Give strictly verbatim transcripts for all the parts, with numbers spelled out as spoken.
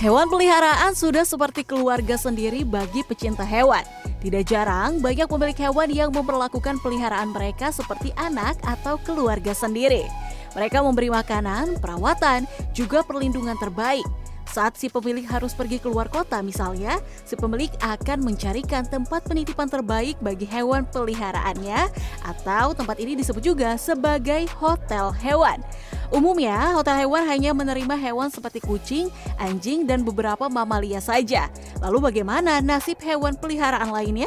Hewan peliharaan sudah seperti keluarga sendiri bagi pecinta hewan. Tidak jarang banyak pemilik hewan yang memperlakukan peliharaan mereka seperti anak atau keluarga sendiri. Mereka memberi makanan, perawatan, juga perlindungan terbaik. Saat si pemilik harus pergi keluar kota misalnya, si pemilik akan mencarikan tempat penitipan terbaik bagi hewan peliharaannya, atau tempat ini disebut juga sebagai hotel hewan. Umumnya, hotel hewan hanya menerima hewan seperti kucing, anjing, dan beberapa mamalia saja. Lalu bagaimana nasib hewan peliharaan lainnya?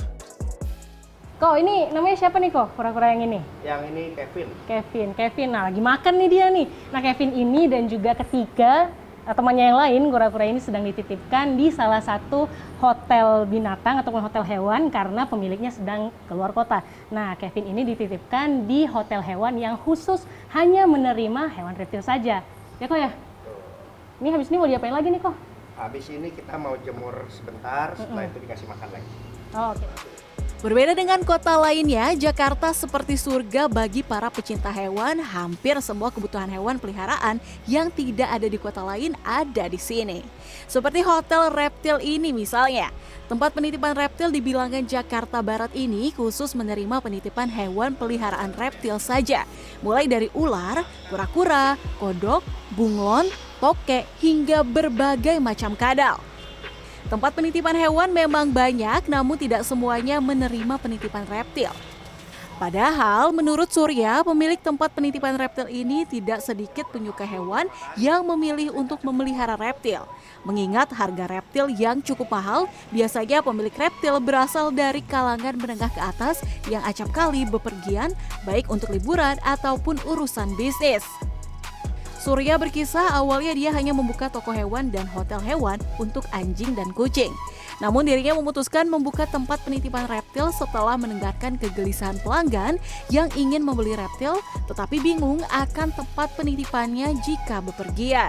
Kok ini namanya siapa nih kok kura-kura yang ini? Yang ini Kevin. Kevin, Kevin. Nah lagi makan nih dia nih. Nah Kevin ini dan juga ketiga temannya yang lain, kura-kura ini sedang dititipkan di salah satu hotel binatang ataupun hotel hewan karena pemiliknya sedang keluar kota. Nah, Kevin ini dititipkan di hotel hewan yang khusus hanya menerima hewan reptil saja. Ya kok ya? Ini habis ini mau diapain lagi nih kok? Habis ini kita mau jemur sebentar, setelah Mm-mm. itu dikasih makan lagi. Oh, oke. Berbeda dengan kota lainnya, Jakarta seperti surga bagi para pecinta hewan. Hampir semua kebutuhan hewan peliharaan yang tidak ada di kota lain ada di sini. Seperti hotel reptil ini misalnya. Tempat penitipan reptil di bilangan Jakarta Barat ini khusus menerima penitipan hewan peliharaan reptil saja. Mulai dari ular, kura-kura, kodok, bunglon, tokek, hingga berbagai macam kadal. Tempat penitipan hewan memang banyak, namun tidak semuanya menerima penitipan reptil. Padahal menurut Surya, pemilik tempat penitipan reptil ini tidak sedikit penyuka hewan yang memilih untuk memelihara reptil. Mengingat harga reptil yang cukup mahal, biasanya pemilik reptil berasal dari kalangan menengah ke atas yang acap kali bepergian, baik untuk liburan ataupun urusan bisnis. Surya berkisah awalnya dia hanya membuka toko hewan dan hotel hewan untuk anjing dan kucing. Namun dirinya memutuskan membuka tempat penitipan reptil setelah mendengarkan kegelisahan pelanggan yang ingin membeli reptil tetapi bingung akan tempat penitipannya jika bepergian.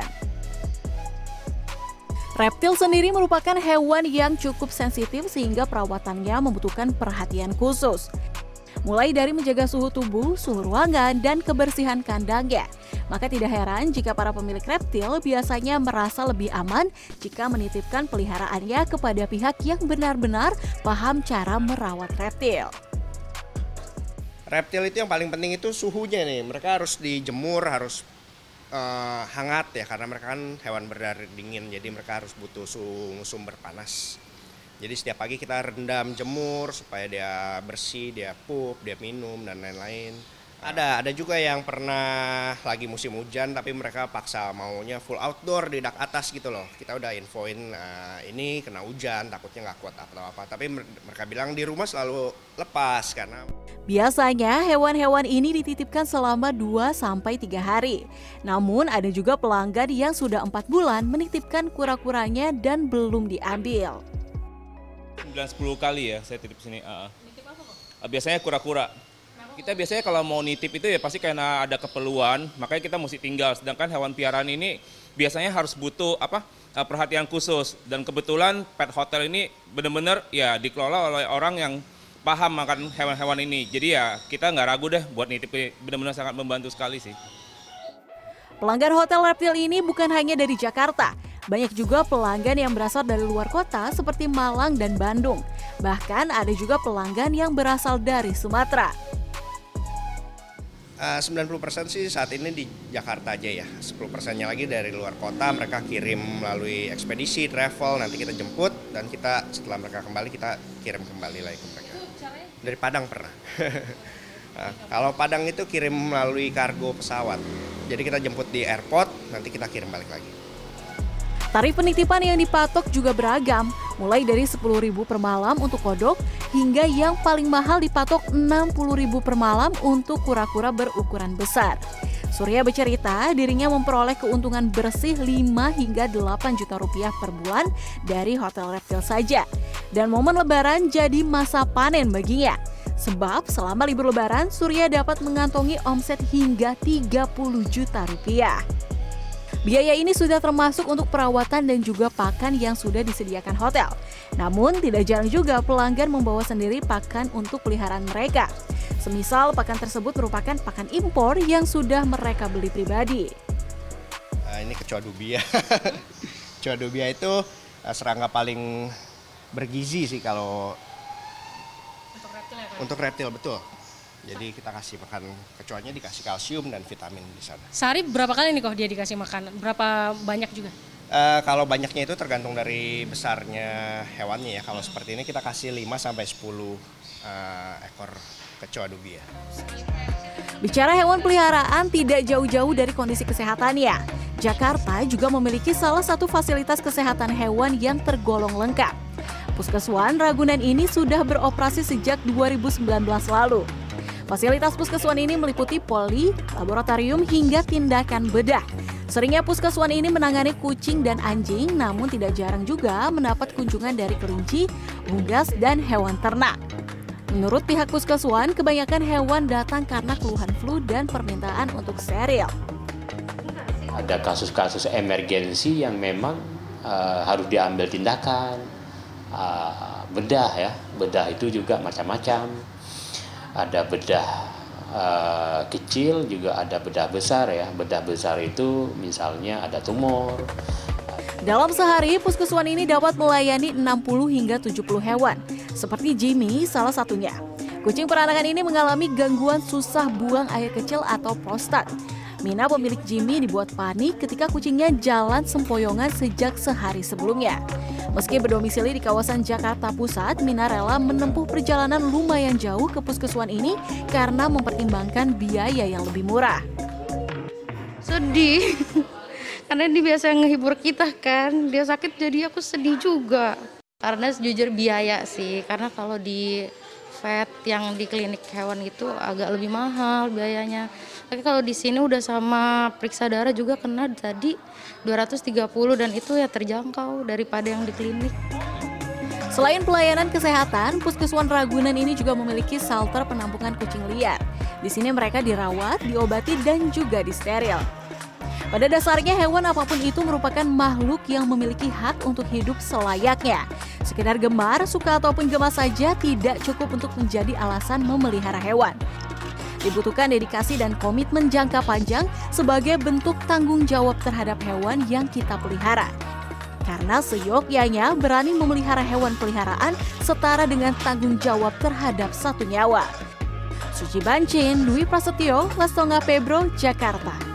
Reptil sendiri merupakan hewan yang cukup sensitif sehingga perawatannya membutuhkan perhatian khusus. Mulai dari menjaga suhu tubuh, suhu ruangan, dan kebersihan kandangnya. Maka tidak heran jika para pemilik reptil biasanya merasa lebih aman jika menitipkan peliharaannya kepada pihak yang benar-benar paham cara merawat reptil. Reptil itu yang paling penting itu suhunya nih. Mereka harus dijemur, harus uh, hangat ya, karena mereka kan hewan berdarah dingin, jadi mereka harus butuh suhu sumber panas. Jadi setiap pagi kita rendam, jemur supaya dia bersih, dia pup, dia minum dan lain-lain. Ada, ada juga yang pernah lagi musim hujan tapi mereka paksa maunya full outdoor di dak atas gitu loh. Kita udah infoin uh, ini kena hujan, takutnya nggak kuat atau apa. Tapi mereka bilang di rumah selalu lepas karena biasanya hewan-hewan ini dititipkan selama dua sampai tiga hari. Namun ada juga pelanggan yang sudah empat bulan menitipkan kura-kuranya dan belum diambil. sembilan sepuluh kali ya saya titip sini. Uh, biasanya kura-kura. Kita biasanya kalau mau nitip itu ya pasti karena ada keperluan, makanya kita mesti tinggal. Sedangkan hewan piaraan ini biasanya harus butuh apa perhatian khusus. Dan kebetulan pet hotel ini benar-benar ya dikelola oleh orang yang paham makan hewan-hewan ini. Jadi ya kita nggak ragu deh buat nitip, benar-benar sangat membantu sekali sih. Pelanggan hotel reptil ini bukan hanya dari Jakarta. Banyak juga pelanggan yang berasal dari luar kota seperti Malang dan Bandung. Bahkan ada juga pelanggan yang berasal dari Sumatera. Uh, sembilan puluh persen sih saat ini di Jakarta aja ya, sepuluh persennya lagi dari luar kota, mereka kirim melalui ekspedisi, travel, nanti kita jemput dan kita setelah mereka kembali kita kirim kembali lagi ke mereka. Dari Padang pernah. Nah, kalau Padang itu kirim melalui kargo pesawat, jadi kita jemput di airport, nanti kita kirim balik lagi. Tarif penitipan yang dipatok juga beragam, mulai dari sepuluh ribu per malam untuk kodok, hingga yang paling mahal dipatok enam puluh ribu per malam untuk kura-kura berukuran besar. Surya bercerita dirinya memperoleh keuntungan bersih lima hingga delapan juta rupiah per bulan dari hotel reptil saja. Dan momen lebaran jadi masa panen baginya. Sebab selama libur lebaran, Surya dapat mengantongi omset hingga tiga puluh juta rupiah. Biaya ini sudah termasuk untuk perawatan dan juga pakan yang sudah disediakan hotel. Namun tidak jarang juga pelanggan membawa sendiri pakan untuk peliharaan mereka. Semisal pakan tersebut merupakan pakan impor yang sudah mereka beli pribadi. Nah, ini kecoa dubi ya. Kecoa dubia itu uh, serangga paling bergizi sih kalau Untuk reptil ya, Pak? untuk reptil, betul. Jadi kita kasih makan kecoanya, dikasih kalsium dan vitamin di sana. Sehari berapa kali nih kok dia dikasih makan? Berapa banyak juga? Uh, kalau banyaknya itu tergantung dari besarnya hewannya ya. Kalau seperti ini kita kasih lima sampai sepuluh uh, ekor kecoa dubia. Bicara hewan peliharaan tidak jauh-jauh dari kondisi kesehatannya. Jakarta juga memiliki salah satu fasilitas kesehatan hewan yang tergolong lengkap. Puskeswan Ragunan ini sudah beroperasi sejak dua ribu sembilan belas lalu. Fasilitas puskeswan ini meliputi poli, laboratorium hingga tindakan bedah. Seringnya puskeswan ini menangani kucing dan anjing, namun tidak jarang juga mendapat kunjungan dari kelinci, unggas, dan hewan ternak. Menurut pihak puskeswan, kebanyakan hewan datang karena keluhan flu dan permintaan untuk steril. Ada kasus-kasus emergensi yang memang uh, harus diambil tindakan, uh, bedah ya, bedah itu juga macam-macam. Ada bedah uh, kecil, juga ada bedah besar ya. Bedah besar itu misalnya ada tumor. Dalam sehari, puskeswan ini dapat melayani enam puluh hingga tujuh puluh hewan, seperti Jimmy salah satunya. Kucing peranakan ini mengalami gangguan susah buang air kecil atau prostat. Mina pemilik Jimmy dibuat panik ketika kucingnya jalan sempoyongan sejak sehari sebelumnya. Meski berdomisili di kawasan Jakarta Pusat, Mina rela menempuh perjalanan lumayan jauh ke puskeswan ini karena mempertimbangkan biaya yang lebih murah. Sedih, karena dia biasa ngehibur kita kan, dia sakit jadi aku sedih juga. Karena jujur biaya sih, karena kalau di vet yang di klinik hewan itu agak lebih mahal biayanya. Tapi kalau di sini udah sama periksa darah juga kena tadi dua ratus tiga puluh dan itu ya terjangkau daripada yang di klinik. Selain pelayanan kesehatan, Puskeswan Ragunan ini juga memiliki shelter penampungan kucing liar. Di sini mereka dirawat, diobati, dan juga disteril. Pada dasarnya hewan apapun itu merupakan makhluk yang memiliki hak untuk hidup selayaknya. Sekedar gemar, suka ataupun gemas saja tidak cukup untuk menjadi alasan memelihara hewan. Dibutuhkan dedikasi dan komitmen jangka panjang sebagai bentuk tanggung jawab terhadap hewan yang kita pelihara. Karena seyogyanya berani memelihara hewan peliharaan setara dengan tanggung jawab terhadap satu nyawa. Suci Bancin, Dwi Prasetyo, Lastonga Pebro, Jakarta.